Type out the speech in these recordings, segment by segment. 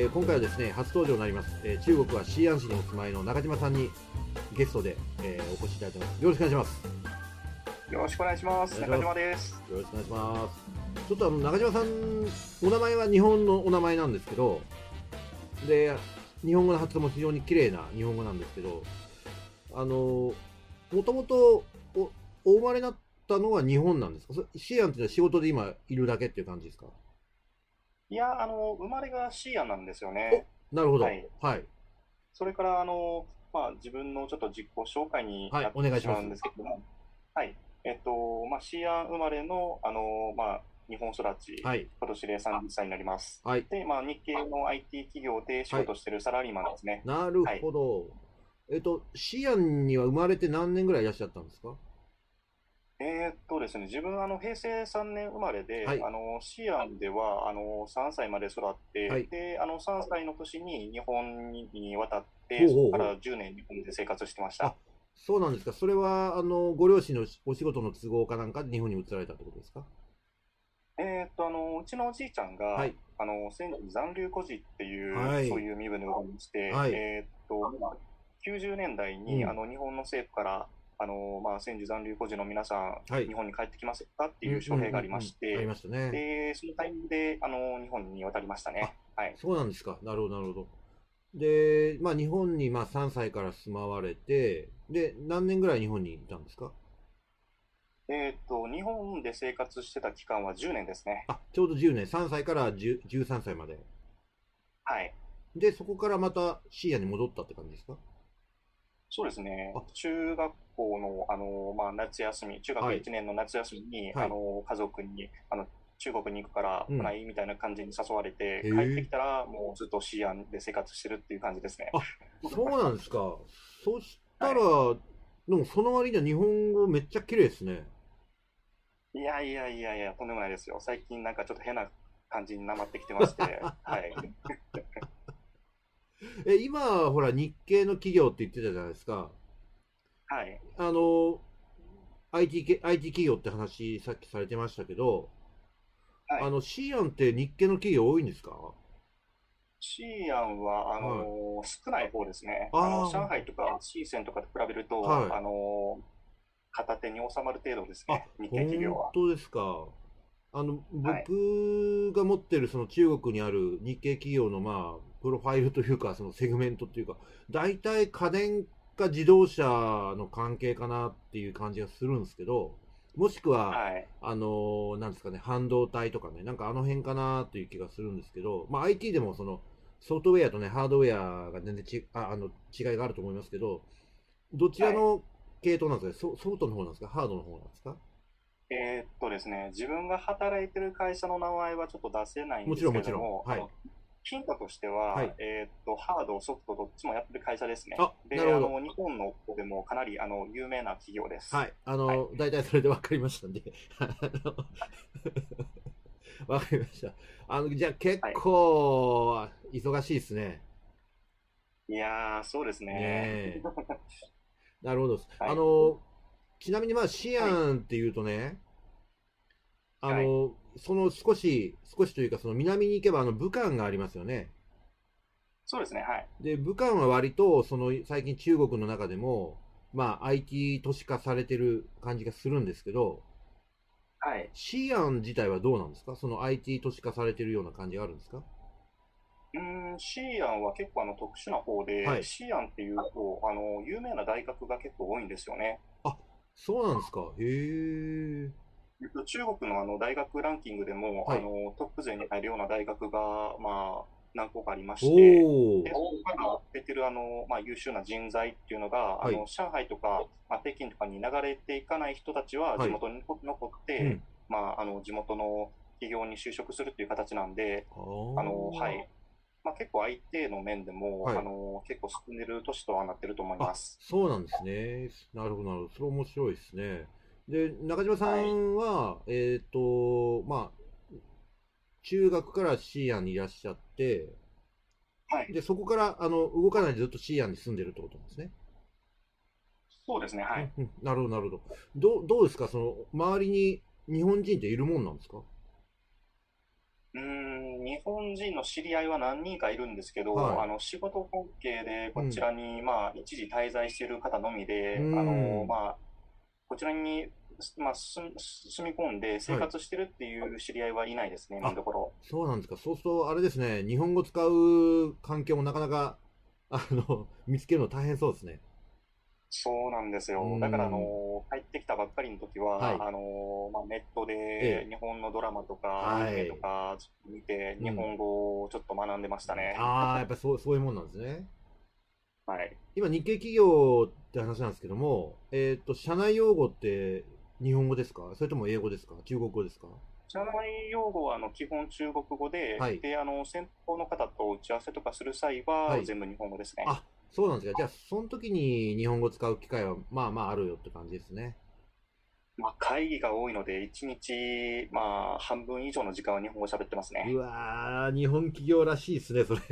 今回はですね、初登場になります、中国は西安市にお住まいの中島さんにゲストで、お越しいただいてます。よろしくお願いします。 よろしくお願いします。中島です。 よろしくお願いします。ちょっと中島さん、お名前は日本のお名前なんですけど、で、日本語の発音も非常に綺麗な日本語なんですけど、もともとお生まれになったのは日本なんですか？西安っていうのは仕事で今いるだけっていう感じですか？ いや、生まれが西安なんですよね。 なるほど。 はい。 はい。 それから、自分のちょっと自己紹介にはい、 なっお願いします。 てしまうんですけども、はい。西安生まれの、日本育ち、 はい。 今年で30歳になります。 はい。 で、日系の IT 企業で仕はい。 事してるサラリーマンですね。 なるはい。 ほど。西安には生まれて何年ぐらいいらっしゃったんですか？ ですね、自分平成3年生まれで、 はい。 西安では3歳まで育って、 はい。 で3歳の年に日本に渡って、 ほうそこほうほう。 から10年日本で生活してましあ、 た。 そうなんですか。それは、ご両親のお仕事の都合かなんかで日本に移られたってことですか？ うちのおじいちゃんがはい。 千住残留孤児っていう、 はい。 そういう身分でございまして、 はい。 90年代にうん。 日本の政府から千住残留孤児の皆さん、 はい。 日本に帰ってきませんかってうんうんいう招聘がありうんうん。 まして、 ありましたね。 で、そのタイミングで日本に渡りましたあ、 ね。はい。 そうなんですか。なるほど、なるほど。で、まあ、日本に3歳から住まわれて、で、何年ぐらい日本にいたんですか？ 日本で生活してた期間は10年ですね。 あ、ちょうど10年、3歳から10 13歳まで。 はい。 で、そこからまたシーアに戻ったって感じですか？ そうですね。 あ、 中学校の、夏休み、中学はい。 1年の夏休みに、 はい。 家族に、中国に行くからうん。 来ないみたいな感じに誘われて、帰ってへえ。 きたら、もうずっと西安で生活してるっていう感じですね。 あ、そうなんですか。そしたら、 はい。 でもその割には日本語めっちゃ綺麗ですね。 いやいやいやいや、とんでもないですよ。最近なんかちょっと変な感じになまってきてまして、はい。 今、ほら、日系の企業って言ってたじゃないですか。 はい。 あの、IT 企業って話、さっきされてましたけど、 はい。 シーアンって日系の企業多いんですか？は西安は、 い。 少ない方ですね。 ああ、 上海とか深センとかと比べると、 はい。 片手に収まる程度ですあ、 ね。日系企業本は。 当ですか。 はい。 僕が持ってるその中国にある日系企業のプロファイルというか、そのセグメントというか、大体家電か自動車の関係かなっていう感じがするんですけど、もしくは、 はい。 なんですかね、半導体とかね、なんかあの辺かなっていう気がするんですけど、まあ IT でもそのソフトウェアとね、ハードウェアが全然違いがあると思いますけど、どちらはい。 の系統なんですかね、ソフトの方なんですか、ハードの方なんですか？ ですね、自分が働いてる会社の名前はちょっと出せないんもですちろんもちろん。 けれども、 はい。 ヒントとしては、 はい。 ハード、ソフトどっちもやってる会社ですね。 あ、なるで、 ほど。 日本の方でもかなり有名な企業です。 はい。 はい。 大体それで分かりましたんで。分かりました。じゃあ結はい。 構、忙しいですね。 いやー、そうですねね。 え。なるほど。 はい。 ちなみにシはい。 アンっていうとね、 はい。 その少しというか、その南に行けば武漢がありますよね。 そうですね。はい。 で、武漢は割と、最近中国の中でも、IT 都市化されてる感じがするんですけど、 はい。 シーアン自体はどうなんですか？その IT 都市化されてるような感じがあるんですか？ シーアンは結構特殊な方で、 はい。 シーアンっていうと、有名な大学が結構多いんですよね。 あ、そうなんですか。へえ。 中国の大学ランキングでもはい。 トップ勢に入るような大学が、何個かありまおして、で、 ー。 そこから出てる優秀な人材っていうのが、 はい。 上海とか、北京とかに流れていかない人たちははい。 地元に残って、 うん。 地元の企業に就職するっていう形なんで、 ああ。 はい。結構 IT の面でも、 はい。 結構進んでる都市とはなってると思いあ、 ます。 そうなんですね。なるほど、なるほど。それ面白いですね。で、中島さはい。 んは、中学からシーアンにいらっしゃって、 はい。 で、そこから、動かないでずっとシーアンに住んでるってことなんですね。 そうですね。はい。 うんうん、なるほど、なるほど。どうですか、その、周りに日本人っているもんなんですか？ 日本人の知り合いは何人かいるんですけど、 は仕事関係でい。うこちん。 らに、一時滞在している方のみうで、 ん。 こちらに、住み込んで生はい。 活してるっていう知り合いはいないですね、今あ、 のところ。 そうなんですか。そうすると、あれですね、日本語使う環境もなかなか、見つけるの大変そうですね。 そうなんですうよ。だから、 ん。 帰ってきたばっかりの時はい。 は、ネットええ。 で日本のドラマとかアニメとはい。 か見て、 うん。 日本語をちょっと学んでましたね。 ああ、やっぱりそういうもんなんですね。 はい。 今、日系企業って話なんですけども、社内用語って日本語ですか、それとも英語ですか、中国語ですか？ 社内用語は基本中国語で、 はい。 先方の方と打ち合わせとかする際ははい。 全部日本語ですね。 あ、そうなんですか。じゃあ、その時に日本語使う機会は、まあまああるよって感じですね。 会議が多いので、1日、半分以上の時間は日本語喋ってますうね。 わー、日本企業らしいですね、それ。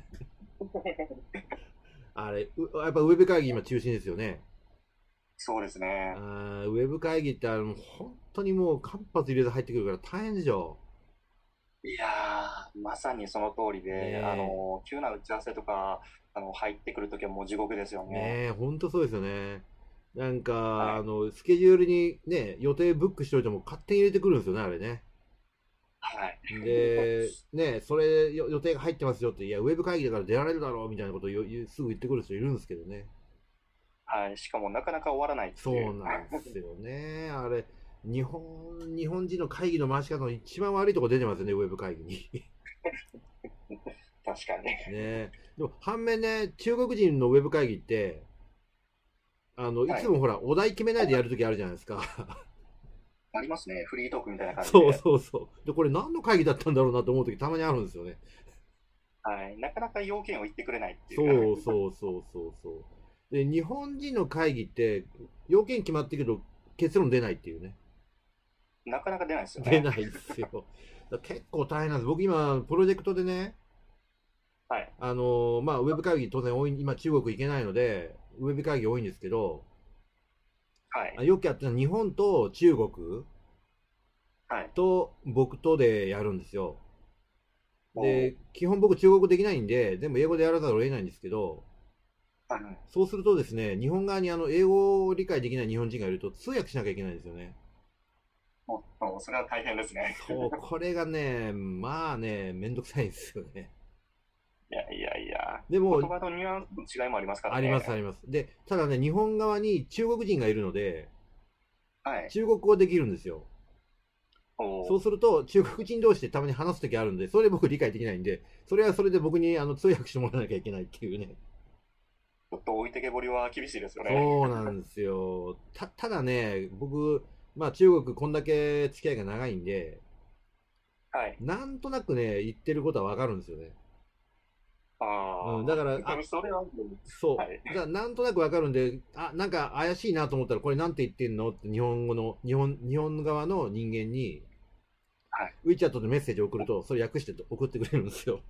あれ、やっぱウェブ会議今中心ですよね。 そうですね。 ウェブ会議って本当にもう間髪入れず入ってくるから大変でしょ。 いやまさにその通りねで、 え。 急な打ち合わせとか、入ってくるときはもう地獄ですよね。 ねえ、ほんとそうですよね。なんか、 はい。 スケジュールにね、予定ブックしといても勝手に入れてくるんですよね、あれね。 はい。 で、ね、それ予定が入ってますよって、いや、ウェブ会議だから出られるだろうみたいなことをすぐ言ってくる人いるんですけどね。 はい。しかもなかなか終わらないっていう。 そうなんですよね。あれ、日本人の会議の回し方の一番悪いとこ出てますよね、ウェブ会議に。 確かに。 ね。でも、反面ね、中国人のウェブ会議って、いはい。 つもほら、お題決めないでやるときあるじゃないですか。 ありますね。フリートークみたいな感じそうで。 そうそう。で、これ何の会議だったんだろうなと思うときたまにあるんですよね。 はい。なかなか要件を言ってくれないっていう。 そうそうそうそうそう。で、日本人の会議って、要件決まってるけど、結論出ないっていうね。 なかなか出ないですよね。 出ないっすよ。結構大変なんです。僕今、プロジェクトでね、 はい。 まあ、ウェブ会議当然多い、今中国行けないので、ウェブ会議多いんですけど、 はい。 よくやってるのは日本と中国はい。 と僕とでやるんですよ。 おー。 で、基本僕中国語できないんで、全部英語でやらざるを得ないんですけど、 はい。 そうするとですね、日本側に英語を理解できない日本人がいると通訳しなきゃいけないんですよね。 もうそれは大変ですね。 そう、これがね、まあね、めんどくさいんですよね。 いやいやいや。 でも、 言葉のニュアンスの違いもありますからありますあね。 ります。で、ただね、日本側に中国人がいるので、 はい。 中国語できるんですよ。 おー。 そうすると、中国人同士でたまに話すときあるんで、それ僕理解できないんで、それはそれで僕に通訳してもらわなきゃいけないっていうね。 ちょっと置いてけぼりは厳しいですよね。 そうなんですよ。ただね、僕、まあ中国こんだけ付き合いが長いんで、 はい。 なんとなくね、言ってることはわかるんですよね。うん、だあから、 あ、それは、はい。 なんとなくわかるんで、なんか怪しいなと思ったら、これなんて言ってんのって日本側の人間に、 はい。 WeChat でメッセージを送ると、それ訳して送ってくれるんですよ。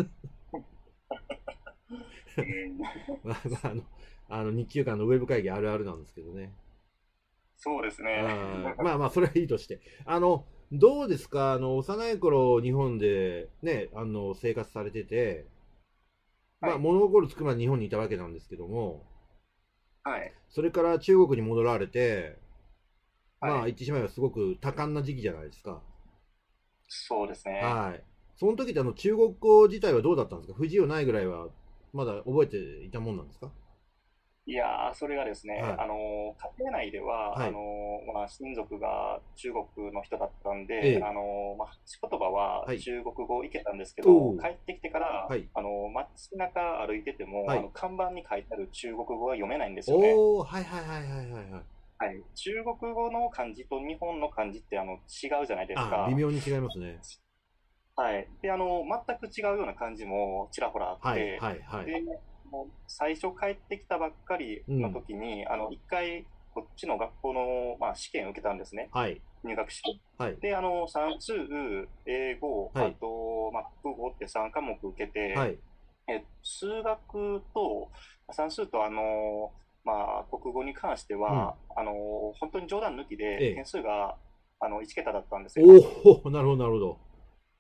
うん、 まあまあ、日中間のウェブ会議あるあるなんですけどね。 そうですね。 まあまあ、それはいいとして。どうですか、幼い頃、日本でね、生活されてて、まあ、 はい。 物心つくまで日本にいたわけなんですけども、 はい。 それから中国に戻られて、まあ、 はい。 言ってしまえばすごく多感な時期じゃないですか。 そうですね。 はい。その時って中国語自体はどうだったんですか、不自由ないぐらいは、まだ覚えていたもんなんですか？ いやー、それがですね、 はい。 家庭内では、 はい。 親族が中国の人だったんえで、 え。 仕言葉ははい。 中国語いけたんですけど、 おお。 帰ってきてから、 はい。 街中歩いてても、 はい。 看板に書いてある中国語は読めないんですよね。 おお、はいはいはいはいはいはい。 はい。中国語の漢字と日本の漢字って違うじゃないです微か。 妙に違いますね。 はい。で、全く違うような漢字もちらほらあっはいて、 はいはい。 で、もう最初帰ってきたばっかりのうん。 時に、一回こっちの学校の、試験を受けたんですね。 はい。 入学式。 はい。 で、算数、英語、 はい。 あと、国語って3科目受けて、 はい。 数学と算数と国語に関してうん。 は、本当に冗談抜きで点ええ。 数が1桁だったんですよ。 おお、なるほどなるほど。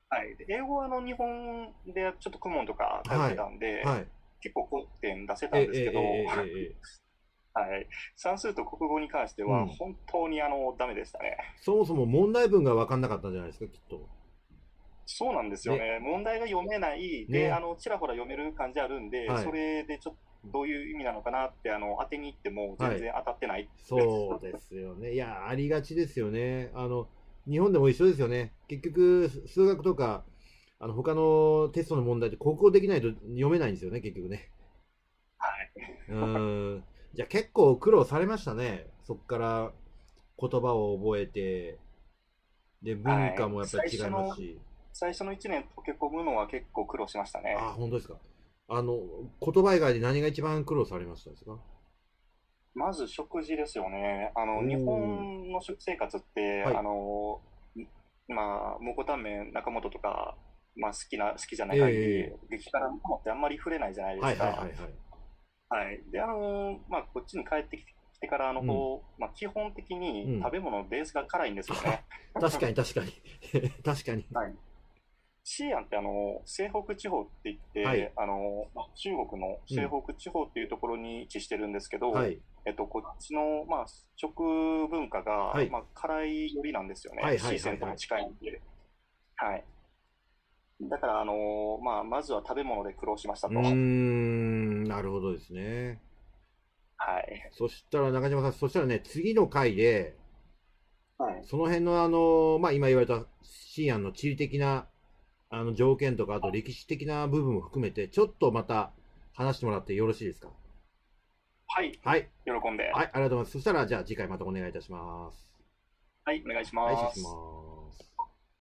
はい。で英語は日本でちょっと公文とか通ってはい。 たんで、 はい。 結構高点出せえ、 たんですけど、 え。 はい。算数と国語に関してはうん。 本当にダメでしたね。 そもそも問題文が分かんなかったんじゃないですか、きっと。 そうなんですよね。 ね。問題が読めない。で、 ね。 ちらほら読める感じあるんで、そはい。 れでちょっとどういう意味なのかなって、当てに行ってもはい。 全然当たってない。 そうですよね。いや、ありがちですよね。日本でも一緒ですよね。結局、数学とか、他のテストの問題って国語できないと読めないんですよね、結局ね。 はい。 うーん。じゃあ結構苦労されましたね。そっから言葉を覚えて、で、文化はい。 もやっぱり違いますし。 最初の1年溶け込むのは結構苦労しましたね。 あ、本当ですか。言葉以外で何が一番苦労されましたですか？ まず食事ですよね。 お日ー。 本の食生活って、 はい。 まあ、蒙古タンメン、中本とか、まあ、好きじゃない限り、 ええ、 激辛のものってあんまり触れないじゃないではいはいはいすか。 はい。 はい。で、まあ、こっちに帰ってきてから、 うん。 まあ、基本的うん。 に食べ物のベースが辛いんですよあ、 ね。 確かに確かに。確かに。 はい。西安って西北地方って言っはい。 て、まあ中国の西うん。 北地方っていうところに位置してるんですけど、 はい。 こっちの、まあ、食文化が、 はい。 まあ、辛い寄りなんですよね。 はいはい四川ともはいはい。 近いんで。はい。だから、まあ、まずは食べ物で苦労しましたうーと。 ん、なるほどですね。 はい。 そしたら中島さん、そしたらね、次の回で、 はい。 その辺のまあ、今言われた西安の地理的な条件とか、あと歴史的な部分も含めて、ちょっとまた話してもらってよろしいですか？ はい。 はい。 喜んで。 はい、ありがとうございます。そしたら、じゃあ次回またお願いいたします。 はい、お願いしはい、失礼します。 ます。